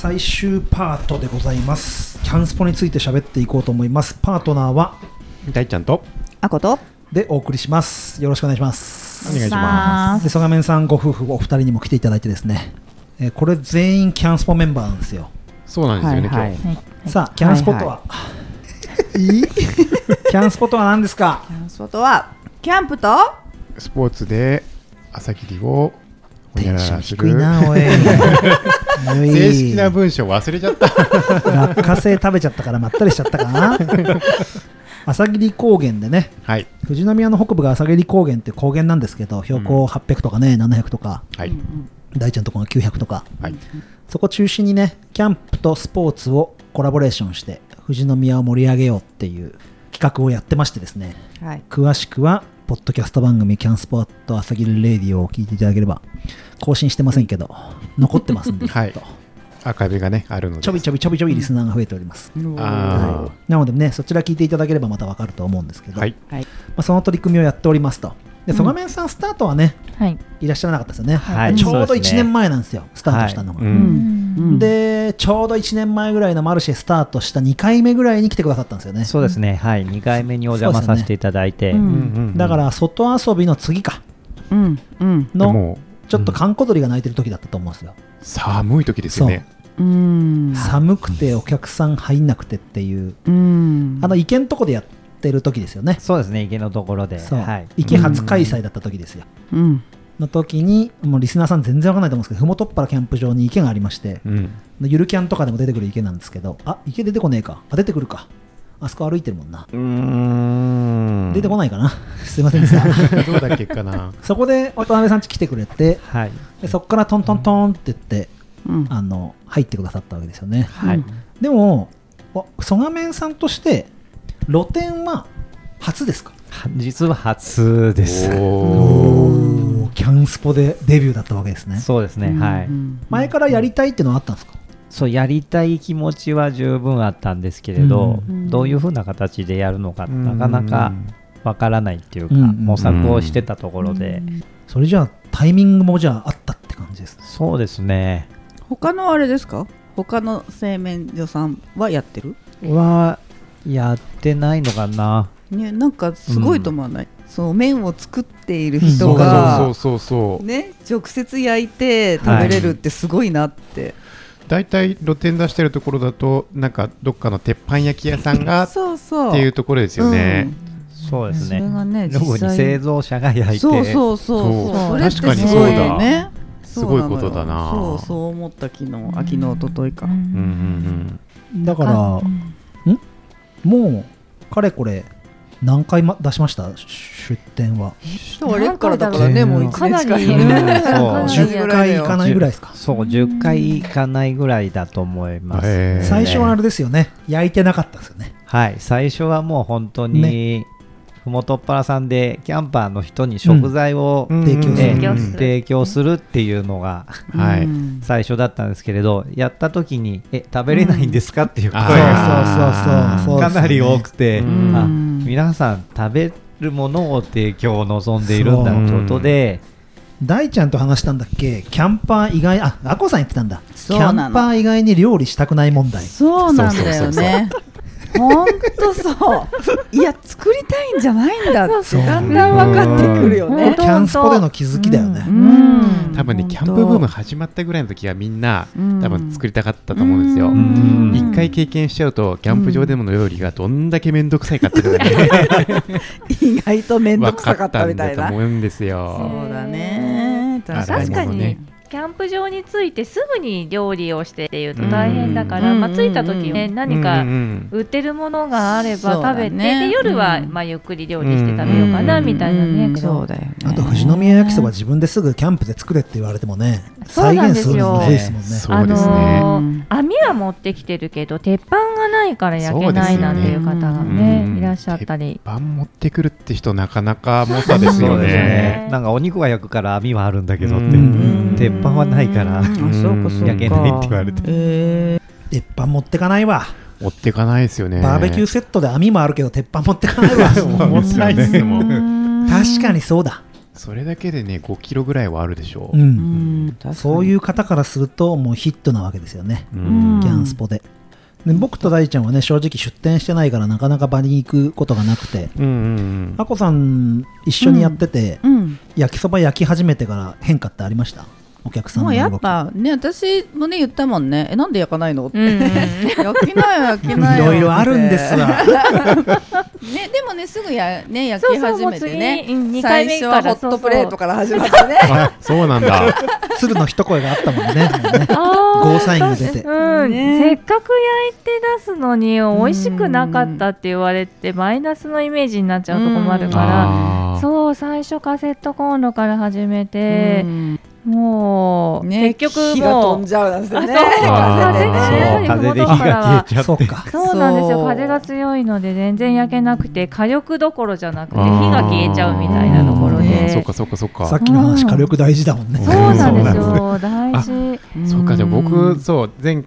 最終パートでございます。キャンスポについて喋っていこうと思います。パートナーは大ちゃんとあことでお送りします。よろしくお願いします。 お願いします。 で、曽我面さんご夫婦お二人にも来ていただいてですね、これ全員キャンスポメンバーなんですよ。 そうなんですよね、 はいはい、 今日。 さあキャンスポとは、いいキャンスポとは何ですか？ キャンスポとはキャンプとスポーツで朝霧をほにゃららする。 低いなおい正式な文章忘れちゃった。 落花生食べちゃったからまったりしちゃったかな。朝霧高原でね、 はい、 富士宮の北部が朝霧高原って高原なんですけど、標高800とかね、700とか、 はい、 大ちゃんとこが900とか、 はい、 そこ中心にね、キャンプとスポーツをコラボレーションして富士宮を盛り上げようっていう企画をやってましてですね、 はい、 詳しくはポッドキャスト番組キャンスポット朝霧レディオを聞いていただければ、更新してませんけど残ってますんで、 はい、アーカイブがねあるのでちょびちょびリスナーが増えております、 あ、 なのでね、そちら聞いていただければまた分かると思うんですけど、 はい、 その取り組みをやっておりますと。で、曽我面さんスタートはね、いらっしゃらなかったですよね、ちょうど1年前なんですよ、スタートしたのが、でちょうど1年前ぐらいのマルシェスタートした2回目ぐらいに来てくださったんですよね。 そうですね、はい、2回目にお邪魔させていただいて、 だから外遊びの次かのちょっと閑古鳥が鳴いてる時だったと思うんですよ。 寒い時ですよね。 寒くてお客さん入んなくてっていう、池のとこでやってる時ですよね。 そうですね、池のところで、 池初開催だった時ですよ、の時にもうリスナーさん全然わかんないと思うんですけど、ふもとっぱらキャンプ場に池がありまして、ゆるキャンとかでも出てくる池なんですけど、池出てこねえか、出てくるか、あそこ歩いてるもんな、出てこないかなすいませんでしたどうだっけかな。 そこで渡辺さん家来てくれて、でそこからトントントンって言って、入ってくださったわけですよね、でも曽我面さんとして露店は初ですか？ 実は初です。 キャンスポでデビューだったわけですね。 そうですね、はい。 前からやりたいっていうのはあったんですか？ そう、やりたい気持ちは十分あったんですけれど、どういうふうな形でやるのかなかなかわからないっていうか、模索をしてたところで、 それじゃあタイミングもじゃああったって感じですね。 そうですね。 他のあれですか？他の製麺所さんはやってる？ はやってないのかな。 ね、なんかすごいと思わない？そう、麺を作っている人がね、直接焼いて食べれるってすごいなって。 だいたい露店出してるところだと、なんかどっかの鉄板焼き屋さんがっていうところですよね。 そうですね。 それがね、 実際に製造者が焼いて、 そう確かにそうだね。すごいことだな。 そう思った昨日、秋の一昨日か。 だからもうかれこれ何回出しました？出店はあれからだからね、もう1年近い 10回いかないぐらいですか？ そう、10回いかないぐらいだと思います。 最初はあれですよね、焼いてなかったですよね。 はい、最初はもう本当にふもとっぱらさんでキャンパーの人に食材を提供するっていうのが最初だったんですけれど、やった時に食べれないんですかっていう声がかなり多くて、皆さん食べるものを提供を望んでいるんだということで、 大ちゃんと話したんだっけ、キャンパー以外、あこさん言ってたんだ、キャンパー以外に料理したくない問題。 そうなんだよね。ほんとそう。いや、作りたいんじゃないんだってだんだん分かってくるよね。 キャンスポでの気づきだよね。 多分ね、キャンプブーム始まったぐらいの時はみんな多分作りたかったと思うんですよ。一回経験しちゃうとキャンプ場での料理がどんだけめんどくさいかっていうのがね意外とめんどくさかったみたいな。 分かったんだと思うんですよ。 そうだね。 確かにキャンプ場に着いてすぐに料理をしてっていうと大変だから、着いた時に、何か売ってるものがあれば食べて、で夜はゆっくり料理して食べようかなみたいなね。 そうだよね。 あと富士宮焼きそば自分ですぐキャンプで作れって言われてもね、再現するのもですもんね。 そうですね。 網は持ってきてるけど鉄板がないから焼けないなんていう方がねいらっしゃったり。 鉄板持ってくるって人なかなか猛者ですよね。 なんかお肉は焼くから網はあるんだけどって鉄板はないから焼けないって言われて、 鉄板持ってかないわ。 持ってかないですよね。 バーベキューセットで網もあるけど鉄板持ってかないわ。 持ってないですもん。 確かにそうだ。 それだけでね5キロぐらいはあるでしょう。そういう方からするともうヒットなわけですよね、キャンスポで。で僕と大ちゃんはね正直出店してないからなかなか場に行くことがなくて、あこさん一緒にやってて、焼きそば焼き始めてから変化ってありました？お客さんの動き。 やっぱね私もね言ったもんね、なんで焼かないのって、焼きなよいろいろあるんですわね。 でもねすぐ焼き始めてね、最初はホットプレートから始まってね。 そうなんだ。 鶴の一声があったもんね。ゴーサインが出て、 せっかく焼いて出すのに美味しくなかったって言われてマイナスのイメージになっちゃうとこもあるから、そう最初カセットコンロから始めて、もう結局火が飛んじゃうんですよね。 風で火が消えちゃって。 そうなんですよ。風が強いので全然焼けなくて、火力どころじゃなくて火が消えちゃうみたいなところで。 そっかそっかそっか。 さっきの話火力大事だもんね。 そうなんですよ。大事。 そうか。じゃあ僕前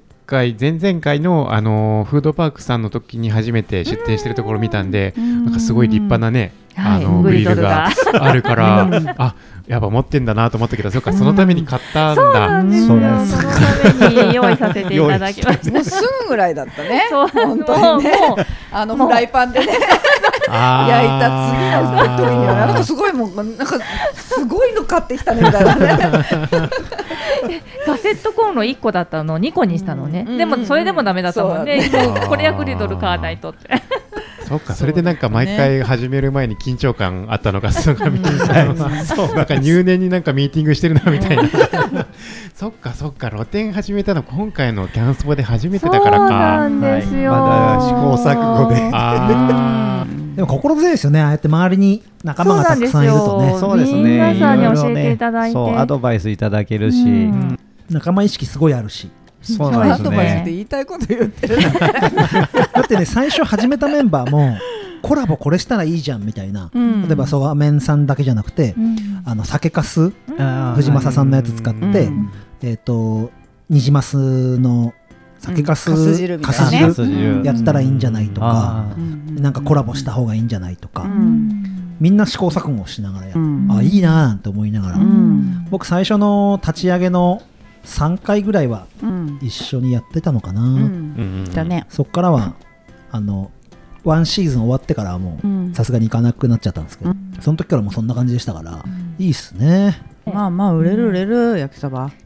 々回のフードパークさんの時に初めて出店してるところ見たんで、なんかすごい立派なねグリルがあるから、あやっぱ持ってんだなと思ったけど、そのために買ったんだ。 そうなんですよ。そのために用意させていただきました。 もうすぐぐらいだったね。本当にね。フライパンでね焼いた次の時にはなんかすごいもん、なんかすごいの買ってきたねみたいなね。 カセットコンロ1個だったのを2個にしたのね。でもそれでもダメだったもんね。これやグリドル買わないとって。 そっか、それでなんか毎回始める前に緊張感あったのがなんか入念になんかミーティングしてるなみたいな。そっか露店始めたの今回のキャンスポで初めてだからか。 そうなんですよ、 まだ試行錯誤で。 でも心強いですよね、ああやって周りに仲間がたくさんいるとね。 そうですね、 皆さんに教えていただいて、 そうアドバイスいただけるし、 仲間意識すごいあるし。 そうなんですね。 アドバイスって言いたいこと言ってる。 だってね、最初始めたメンバーもコラボこれしたらいいじゃんみたいな、例えば曽我面さんだけじゃなくて、酒かす藤正さんのやつ使って、ニジマスの酒かす汁やったらいいんじゃないとか、なんかコラボした方がいいんじゃないとか、みんな試行錯誤しながらあいいななんて思いながら、僕最初の立ち上げの3回ぐらいは一緒にやってたのかな。そっからはワンシーズン終わってからはもうさすがに行かなくなっちゃったんですけど、その時からもそんな感じでしたから、いいっすね。 まあ売れる焼きそば。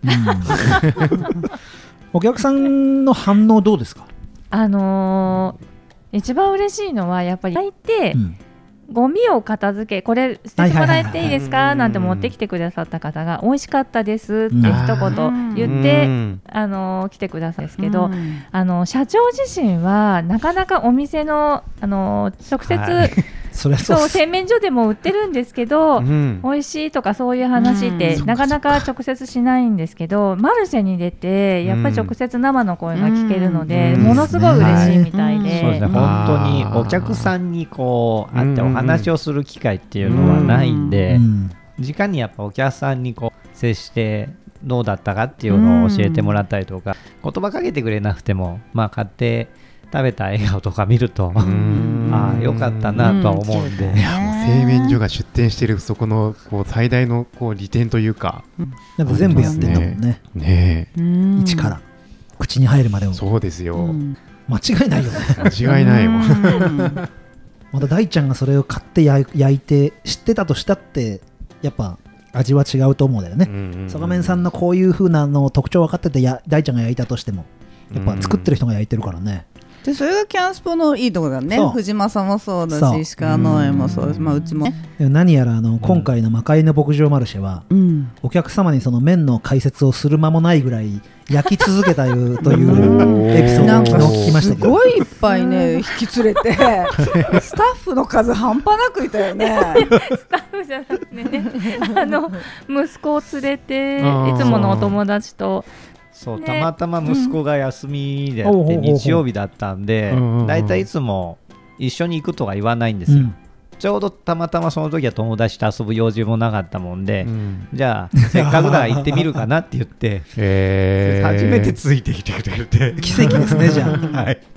お客さんの反応どうですか？ 一番嬉しいのはやっぱり焼いて、ゴミを片付け、これ捨ててもらっていいですかなんて持ってきてくださった方が美味しかったですって一言言って来てくださるんですけど、社長自身はなかなかお店の直接そう洗面所でも売ってるんですけど、美味しいとかそういう話ってなかなか直接しないんですけど、マルシェに出てやっぱり直接生の声が聞けるので、ものすごい嬉しいみたいで、 そうですね、本当にお客さんにこう会ってお話をする機会っていうのはないんで、直にやっぱお客さんにこう接してどうだったかっていうのを教えてもらったりとか、言葉かけてくれなくても買って食べた笑顔とか見るとああよかったなとは思うんで、 いやもう製麺所が出店しているそこのこう最大のこう利点というか、 なんか全部やってんだもんね。 ねえ、 一から口に入るまでも。 そうですよ、 間違いないよね。 間違いないもん。 また大ちゃんがそれを買って焼いて知ってたとしたってやっぱ味は違うと思うんだよね。曽我面さんのこういう風なの特徴分かってて大ちゃんが焼いたとしてもやっぱ作ってる人が焼いてるからね。 でそれがキャンスポのいいところだね。藤正もそうだし石川農園もそうだし、うちも何やら今回の魔界の牧場マルシェは、お客様にその麺の解説をする間もないぐらい焼き続けたというエピソードを昨日聞きましたけど、 すごいいっぱいね引き連れてスタッフの数半端なくいたよね。 スタッフじゃなくてね、息子を連れていつものお友達と。 そうたまたま息子が休みであって日曜日だったんで、だいたいいつも一緒に行くとは言わないんですよ。ちょうどたまたまその時は友達と遊ぶ用事もなかったもんで、じゃあせっかくだから行ってみるかなって言って初めてついてきてくれて奇跡ですね。じゃあ、 はい、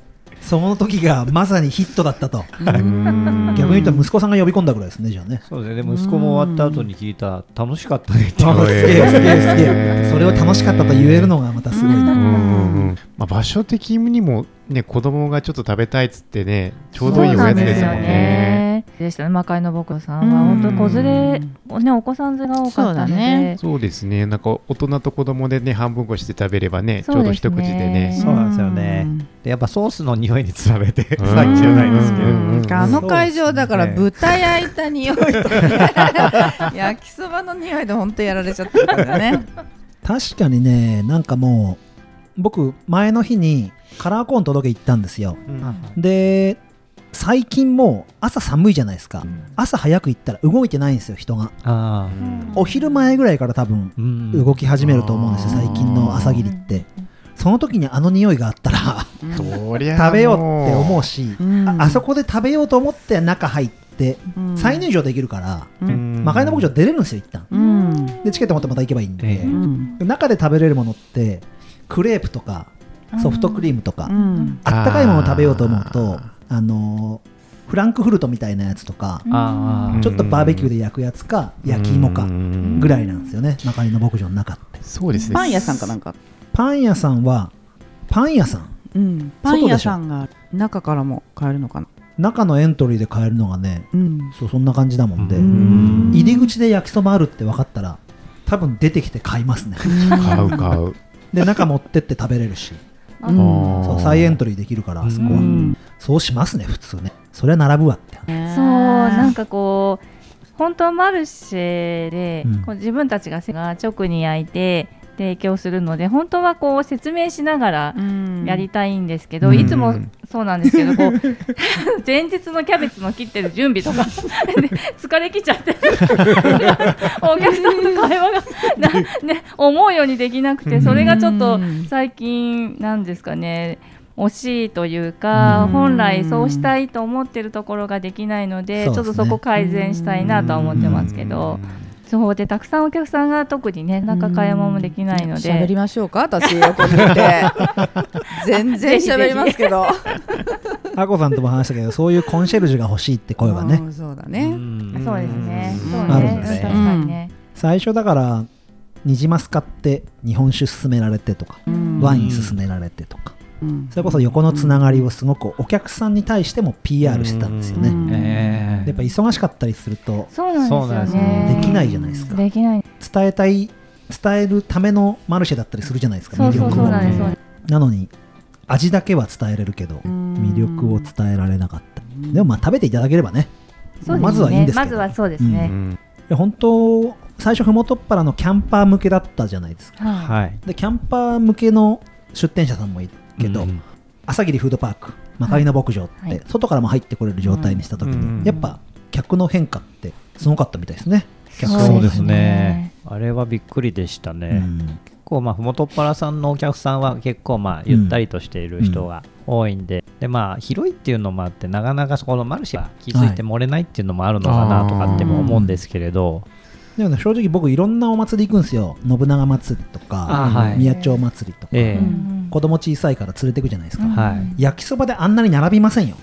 その時がまさにヒットだったと。逆に言うと息子さんが呼び込んだぐらいですね、じゃあね。 そうですね、息子も終わった後に聞いた、楽しかったねって。 すげえすげえすげえ。それを楽しかったと言えるのがまたすごいな。 まあ、場所的にもね、子供がちょっと食べたいっつってね、ちょうどいいおやつですもんね。 でしたね、魔界の僕さんは本当に子連れ、ね、お子さん連れが多かったので。 そうですね、なんか大人と子供でね、半分こして食べればね、ちょうど一口でね。 そうなんですよね。でやっぱソースの匂いに比べてさっきじゃないですけど、 あの会場だから豚焼いた匂いと焼きそばの匂いで本当やられちゃってるからね。 確かにね、なんかもう僕前の日にカラーコーン届け行ったんですよ。で最近もう朝寒いじゃないですか、朝早く行ったら動いてないんですよ、人が。お昼前ぐらいから多分動き始めると思うんですよ、最近の朝霧って。その時にあの匂いがあったら食べようって思うし、あそこで食べようと思って中入って再入場できるから、魔界の牧場出れるんですよ一旦、でチケット持ってまた行けばいいんで、中で食べれるものってクレープとかソフトクリームとか、あったかいものを食べようと思うとフランクフルトみたいなやつとか、ちょっとバーベキューで焼くやつか焼き芋かぐらいなんですよね、魔界の牧場の中って。 そうですね。 パン屋さんかなんか。 パン屋さんはパン屋さん、 パン屋さんが中からも買えるのかな。 中のエントリーで買えるのがね、そんな感じだもんで、入り口で焼きそばあるって分かったら多分出てきて買いますね。 買うで中持ってって食べれるし、そう再エントリーできるから、あそこはそうしますね普通ね。それは並ぶわって。 そうなんかこう本当はマルシェで、こう自分たちが直に焼いて提供するので、本当はこう説明しながらやりたいんですけど、いつもそうなんですけど、こう前日のキャベツの切ってる準備とか疲れきちゃってお客さんと会話が思うようにできなくて、それがちょっと最近なんですかね、惜しいというか、本来そうしたいと思ってるところができないので、ちょっとそこ改善したいなとは思ってますけど。そうで、たくさんお客さんが特にね、中買い物もできないので。 喋りましょうか、私横にいて全然喋りますけどあこさんとも話したけど、そういうコンシェルジュが欲しいって声はね。 そうだね。 そうですね。 あるんですね。最初だからニジマス買って日本酒勧められてとか、ワイン勧められてとか、それこそ横のつながりをすごくお客さんに対しても PR してたんですよね。やっぱ忙しかったりするとそうなんですよね、 できないじゃないですか。 できない。 伝えるためのマルシェだったりするじゃないですか、魅力を。なのに味だけは伝えれるけど魅力を伝えられなかった。でもまあ食べていただければね、まずはいいんですけど。 まずはそうですね。 本当最初ふもとっぱらのキャンパー向けだったじゃないですか。でキャンパー向けの出店者さんもいるけど、朝霧フードパーク魔界の牧場って外からも入ってこれる状態にした時に、やっぱ客の変化ってすごかったみたいですね。 そうですね、あれはびっくりでしたね。結構ふもとっぱらさんのお客さんは結構ゆったりとしている人が多いんで、で広いっていうのもあって、なかなかそこのマルシェは気づいて漏れないっていうのもあるのかなとかっても思うんですけれど、 でもね、正直僕いろんなお祭り行くんですよ。信長祭りとか宮町祭りとか、子供小さいから連れてくじゃないですか。焼きそばであんなに並びませんよ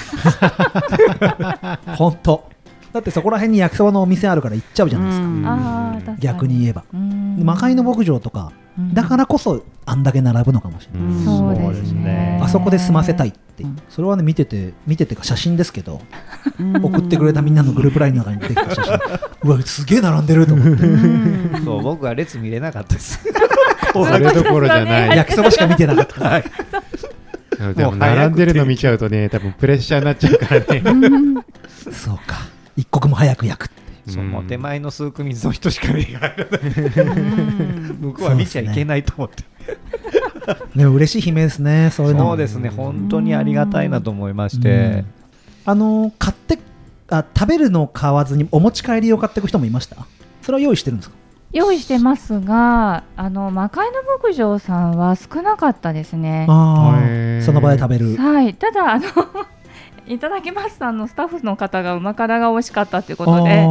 本当だってそこら辺に焼きそばのお店あるから行っちゃうじゃないですか。逆に言えば魔界の牧場とかだからこそあんだけ並ぶのかもしれない。 そうですね。 あそこで済ませたいって、それはね見ててか写真ですけど、送ってくれたみんなのグループラインの中に出てきた写真うわすげえ並んでると思ってそう僕は列見れなかったですそれどころじゃない焼きそばしか見てなかった、 でも並んでるの見ちゃうとね、多分プレッシャーになっちゃうからねそうか、一刻も早く焼くって。 もう手前の数組の人しか見られない向こうは見ちゃいけないと思ってでも嬉しい悲鳴ですね。そうですね、本当にありがたいなと思いまして、 買って食べるのを買わずにお持ち帰りを買っていく人もいました？それは用意してるんですか？ 用意してますが、魔界の牧場さんは少なかったですね。 その場で食べる。 ただいただきますさんのスタッフの方が旨辛が美味しかったということで、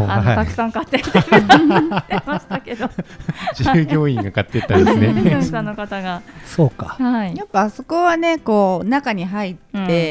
たくさん買ってましたけど従業員が買ってったんですね従業員さんの方がそうか、 はい、やっぱあそこはねこう中に入って、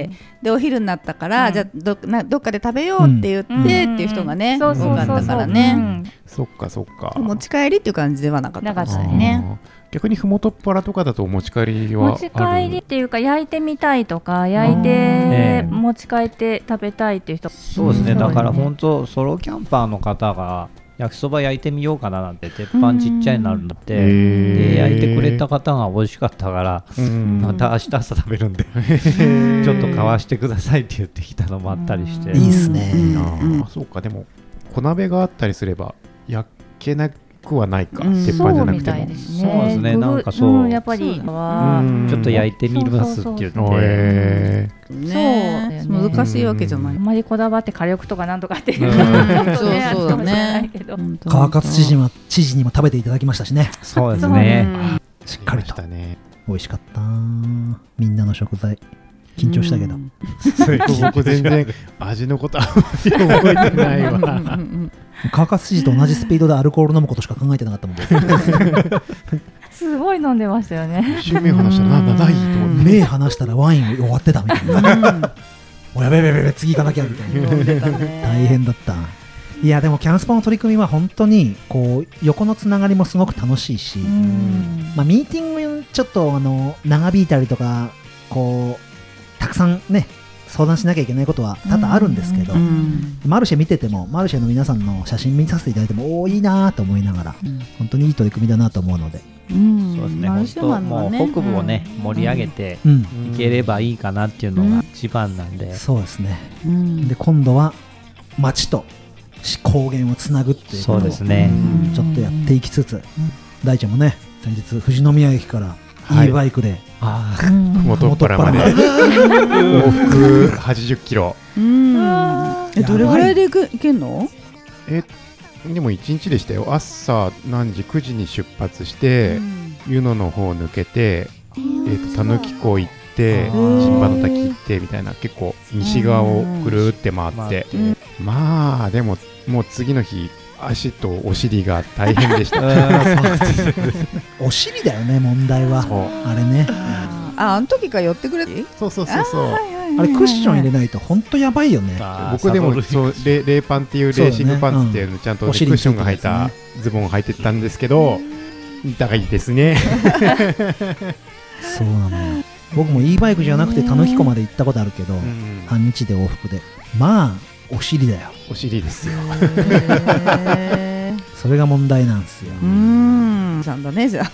でお昼になったから、じゃあどっかで食べようって言って、っていう人がね多かったからね。 そっかそっか。 持ち帰りっていう感じではなかったですね。 逆にふもとっぱらとかだと持ち帰りはある？ 持ち帰りっていうか焼いてみたいとか焼いて持ち帰って食べたいっていう人、 そうですね。だから本当ソロキャンパーの方が焼きそば焼いてみようかななんて鉄板ちっちゃいのあるんだって、で焼いてくれた方が美味しかったから、また明日朝食べるんでちょっと買わしてくださいって言ってきたのもあったりして、 いいですね。 そうか。でも小鍋があったりすれば焼けなくはないか、鉄板じゃなくても。 そうですね。なんかそう、 やっぱりちょっと焼いてみますって言って、 そう難しいわけじゃない。 あんまりこだわって火力とかなんとかっていうのそうだね。 川勝知事にも食べていただきましたしね。 そうですね。 しっかりと美味しかった。みんなの食材緊張したけど、 僕全然味のことあんまり覚えてないわ。 川勝知事と同じスピードでアルコール飲むことしか考えてなかったもんですごい飲んでましたよね。 一瞬目離したらないと思って、 目離したらワイン終わってたみたいなおやべべべべ次行かなきゃみたいな大変だった。いやでもキャンスポの取り組みは本当にこう横のつながりもすごく楽しいし、まあ、ミーティングちょっと長引いたりとかこうたくさんね相談しなきゃいけないことは多々あるんですけど、マルシェ見ててもマルシェの皆さんの写真見させていただいてもいいなと思いながら、本当にいい取り組みだなと思うので、 そうですね。本当もう北部をね盛り上げていければいいかなっていうのが一番なんで、 そうですね。で今度は町と高原をつなぐっていうことをちょっとやっていきつつ、大ちゃんもね先日富士宮駅からいいバイクでふもとっぱらまで往復80キロ。 どれぐらいで行けんの？ でも1日でしたよ。朝何時9時に出発して湯野の方抜けて田貫湖行って新葉の滝行ってみたいな、結構西側をぐるって回って、まあでももう次の日足とお尻が大変でしたお尻だよね問題は。あれね、 あの時から寄ってくれて、 そうあれクッション入れないと本当やばいよね。 僕でもレーパンっていうレーシングパンツっていうのちゃんとクッションが入ったズボンを履いてたんですけど、痛いですねそうなのよ。僕も e バイクじゃなくて田貫湖まで行ったことあるけど、半日で往復で、まあお尻だよ。 お尻ですよそれが問題なんですよ。 ちゃんだねじゃ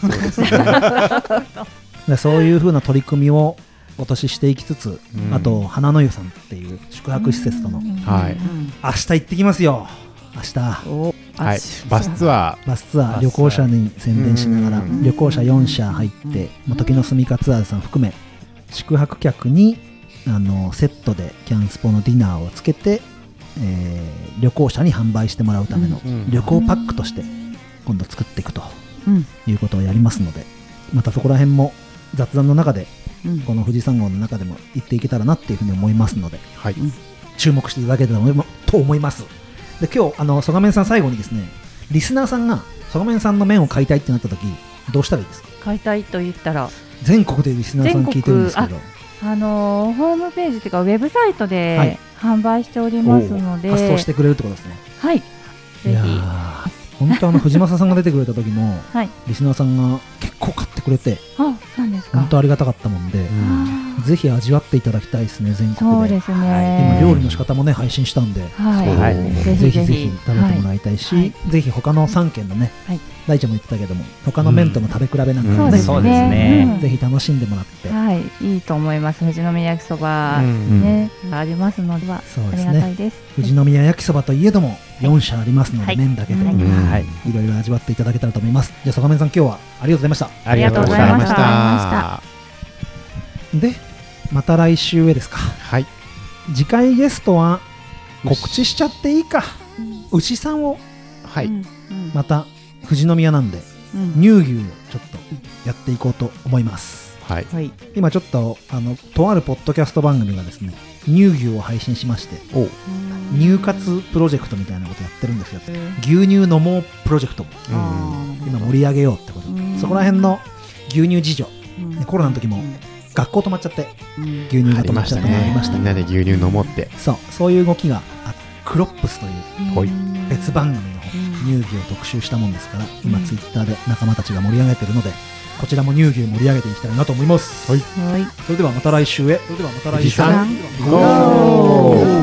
あそういう風な取り組みを今年していきつつ、あと花の湯さんっていう宿泊施設との、明日行ってきますよ。明日、 はい、バスツアー旅行者に宣伝しながら、旅行者4社入って、時の住みかツアーズさん含め宿泊客にセットでキャンスポのディナーをつけて、旅行者に販売してもらうための旅行パックとして今度作っていくということをやりますので、またそこら辺も雑談の中で、この富士山号の中でも言っていけたらなっていうふうに思いますので、注目していただけたらと思います。で今日曽我面さん最後にですね、リスナーさんが曽我面さんの麺を買いたいってなった時どうしたらいいですか？ 買いたいと言ったら全国でリスナーさん聞いてるんですけど、 ホームページというかウェブサイトで販売しておりますので、 発送してくれるってことですね。 はい、ぜひ。 本当藤正さんが出てくれた時も、リスナーさんが結構買ってくれて、 そうですか。 本当ありがたかったもんで、ぜひ味わっていただきたいですね、全国で。 そうですね。 今料理の仕方もね配信したんで、ぜひぜひ食べてもらいたいし、ぜひ他の3県のね、大ちゃんも言ってたけども他の麺との食べ比べなんかね、 そうですね、 ぜひ楽しんでもらって、 いいと思います。富士宮焼きそばねありますのではありがたいです。 富士宮焼きそばといえども4社ありますので、麺だけでいろいろ味わっていただけたらと思います。じゃあ曽我面さん、今日はありがとうございました。 ありがとうございました。 でまた来週へですか。次回ゲストは告知しちゃっていいか、牛さんをまた富士宮なんで乳牛をちょっとやっていこうと思います。今ちょっととあるポッドキャスト番組がですね乳牛を配信しまして、 乳活プロジェクトみたいなことやってるんですよ。牛乳飲もうプロジェクト、今盛り上げようってこと、そこら辺の牛乳事情、コロナの時も学校止まっちゃって牛乳が止まっちゃったのがありました。 みんなで牛乳飲もうって、 そういう動きがクロップスという別番組の乳牛を特集したもんですから、今ツイッターで仲間たちが盛り上げてるので、こちらも乳牛盛り上げていきたいなと思います。それではまた来週へ。それではまた来週。